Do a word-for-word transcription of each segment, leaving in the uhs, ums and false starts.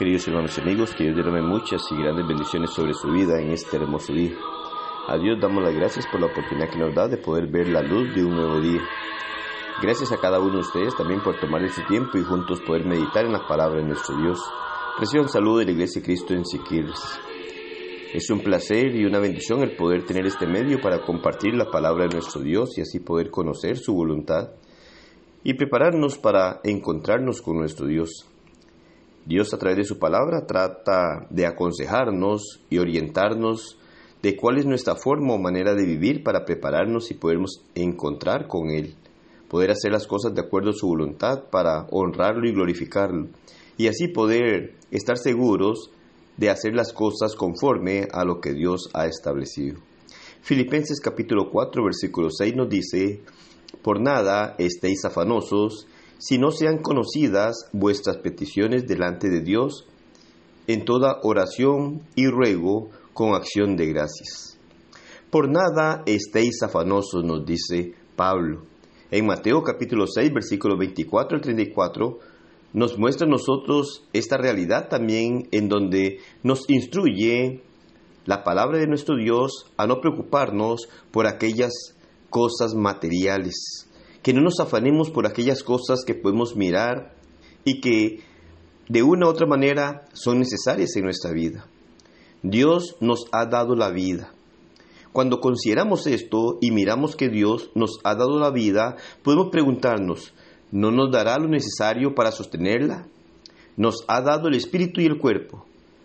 Queridos hermanos y amigos, que Dios derrame muchas y grandes bendiciones sobre su vida en este hermoso día. A Dios damos las gracias por la oportunidad que nos da de poder ver la luz de un nuevo día. Gracias a cada uno de ustedes también por tomarle su tiempo y juntos poder meditar en la palabra de nuestro Dios. Reciban saludo de la Iglesia de Cristo en Siquirres. Es un placer y una bendición el poder tener este medio para compartir la palabra de nuestro Dios y así poder conocer su voluntad y prepararnos para encontrarnos con nuestro Dios. Dios a través de su palabra trata de aconsejarnos y orientarnos de cuál es nuestra forma o manera de vivir para prepararnos y podernos encontrar con Él, poder hacer las cosas de acuerdo a su voluntad para honrarlo y glorificarlo, y así poder estar seguros de hacer las cosas conforme a lo que Dios ha establecido. Filipenses capítulo cuatro, versículo seis nos dice: «Por nada estéis afanosos, si no sean conocidas vuestras peticiones delante de Dios, en toda oración y ruego con acción de gracias». Por nada estéis afanosos, nos dice Pablo. En Mateo capítulo seis, versículos veinticuatro al treinta y cuatro, nos muestra a nosotros esta realidad también, en donde nos instruye la palabra de nuestro Dios a no preocuparnos por aquellas cosas materiales, que no nos afanemos por aquellas cosas que podemos mirar y que de una u otra manera son necesarias en nuestra vida. Dios nos ha dado la vida. Cuando consideramos esto y miramos que Dios nos ha dado la vida, podemos preguntarnos: ¿no nos dará lo necesario para sostenerla? Nos ha dado el espíritu y el cuerpo.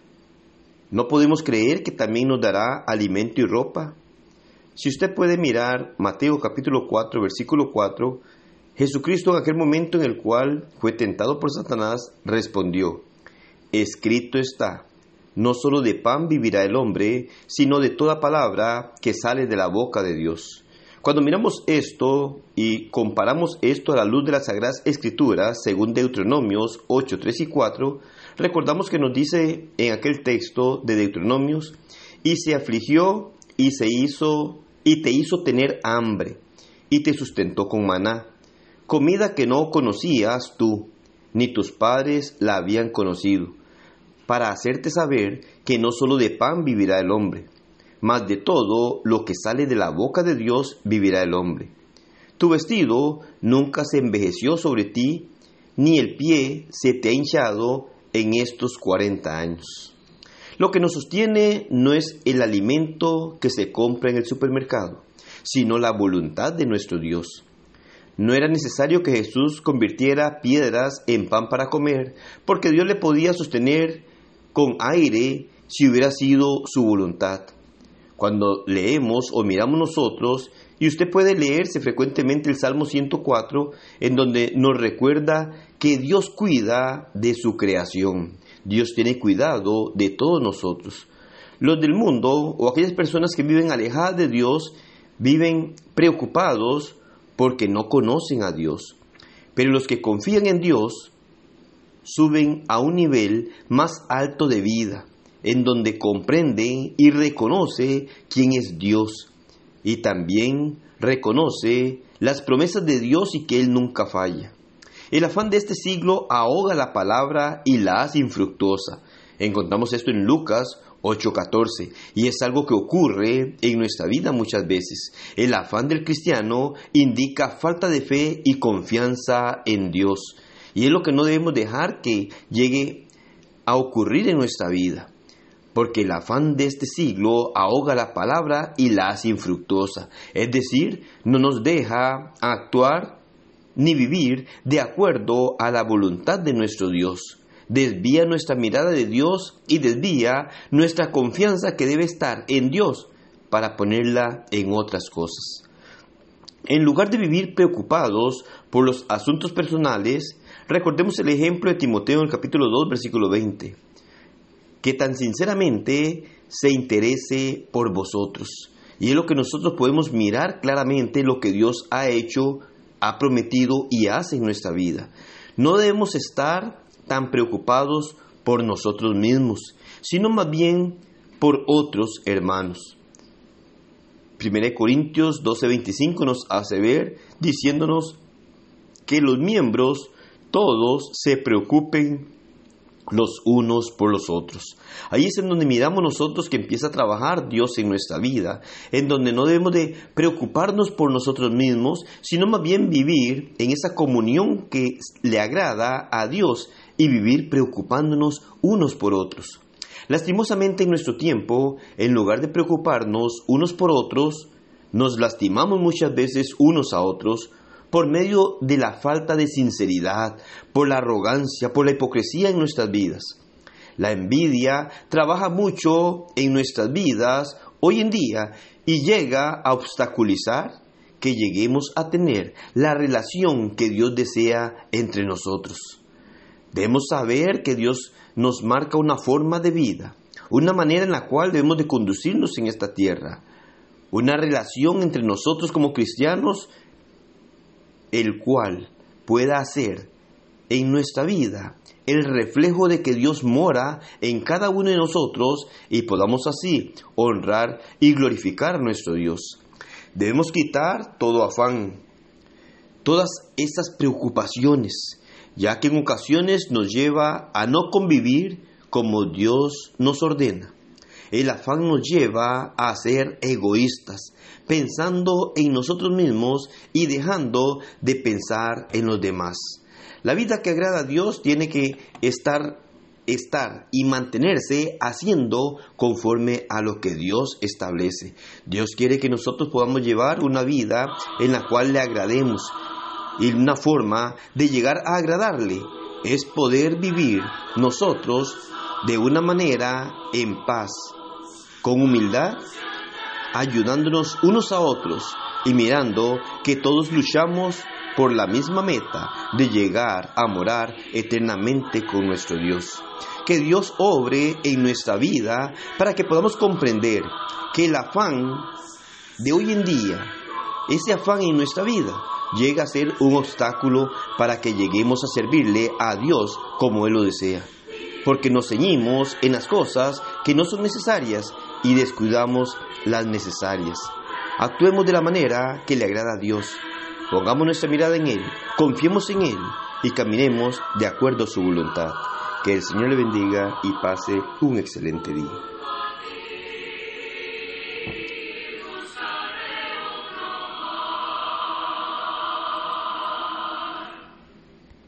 ¿No podemos creer que también nos dará alimento y ropa? Si usted puede mirar Mateo capítulo cuatro, versículo cuatro, Jesucristo en aquel momento en el cual fue tentado por Satanás, respondió: «Escrito está, no solo de pan vivirá el hombre, sino de toda palabra que sale de la boca de Dios». Cuando miramos esto y comparamos esto a la luz de las Sagradas Escrituras, según Deuteronomios ocho, tres y cuatro, recordamos que nos dice en aquel texto de Deuteronomios: «Y se afligió y se hizo y te hizo tener hambre, y te sustentó con maná, comida que no conocías tú, ni tus padres la habían conocido, para hacerte saber que no solo de pan vivirá el hombre, mas de todo lo que sale de la boca de Dios vivirá el hombre. Tu vestido nunca se envejeció sobre ti, ni el pie se te ha hinchado en estos cuarenta años». Lo que nos sostiene no es el alimento que se compra en el supermercado, sino la voluntad de nuestro Dios. No era necesario que Jesús convirtiera piedras en pan para comer, porque Dios le podía sostener con aire si hubiera sido su voluntad. Cuando leemos o miramos nosotros, y usted puede leerse frecuentemente el Salmo ciento cuatro, en donde nos recuerda que Dios cuida de su creación. Dios tiene cuidado de todos nosotros. Los del mundo o aquellas personas que viven alejadas de Dios viven preocupados porque no conocen a Dios. Pero los que confían en Dios suben a un nivel más alto de vida, en donde comprenden y reconoce quién es Dios, y también reconoce las promesas de Dios y que Él nunca falla. El afán de este siglo ahoga la palabra y la hace infructuosa. Encontramos esto en Lucas ocho, catorce, y es algo que ocurre en nuestra vida muchas veces. El afán del cristiano indica falta de fe y confianza en Dios, y es lo que no debemos dejar que llegue a ocurrir en nuestra vida, porque el afán de este siglo ahoga la palabra y la hace infructuosa, es decir, no nos deja actuar ni vivir de acuerdo a la voluntad de nuestro Dios. Desvía nuestra mirada de Dios y desvía nuestra confianza que debe estar en Dios para ponerla en otras cosas. En lugar de vivir preocupados por los asuntos personales, recordemos el ejemplo de Timoteo en el capítulo dos, versículo veinte. Que tan sinceramente se interese por vosotros. Y es lo que nosotros podemos mirar claramente, lo que Dios ha hecho, ha prometido y hace en nuestra vida. No debemos estar tan preocupados por nosotros mismos, sino más bien por otros hermanos. primera de Corintios doce, veinticinco nos hace ver, diciéndonos que los miembros todos se preocupen los unos por los otros. Ahí es en donde miramos nosotros que empieza a trabajar Dios en nuestra vida, en donde no debemos de preocuparnos por nosotros mismos, sino más bien vivir en esa comunión que le agrada a Dios y vivir preocupándonos unos por otros. Lastimosamente en nuestro tiempo, en lugar de preocuparnos unos por otros, nos lastimamos muchas veces unos a otros, por medio de la falta de sinceridad, por la arrogancia, por la hipocresía en nuestras vidas. La envidia trabaja mucho en nuestras vidas hoy en día y llega a obstaculizar que lleguemos a tener la relación que Dios desea entre nosotros. Debemos saber que Dios nos marca una forma de vida, una manera en la cual debemos de conducirnos en esta tierra, una relación entre nosotros como cristianos, el cual pueda hacer en nuestra vida el reflejo de que Dios mora en cada uno de nosotros y podamos así honrar y glorificar a nuestro Dios. Debemos quitar todo afán, todas estas preocupaciones, ya que en ocasiones nos lleva a no convivir como Dios nos ordena. El afán nos lleva a ser egoístas, pensando en nosotros mismos y dejando de pensar en los demás. La vida que agrada a Dios tiene que estar, estar y mantenerse haciendo conforme a lo que Dios establece. Dios quiere que nosotros podamos llevar una vida en la cual le agrademos. Y una forma de llegar a agradarle es poder vivir nosotros de una manera en paz, con humildad, ayudándonos unos a otros y mirando que todos luchamos por la misma meta de llegar a morar eternamente con nuestro Dios. Que Dios obre en nuestra vida para que podamos comprender que el afán de hoy en día, ese afán en nuestra vida, llega a ser un obstáculo para que lleguemos a servirle a Dios como Él lo desea. Porque nos ceñimos en las cosas que no son necesarias y descuidamos las necesarias. Actuemos de la manera que le agrada a Dios. Pongamos nuestra mirada en Él, confiemos en Él y caminemos de acuerdo a su voluntad. Que el Señor le bendiga y pase un excelente día.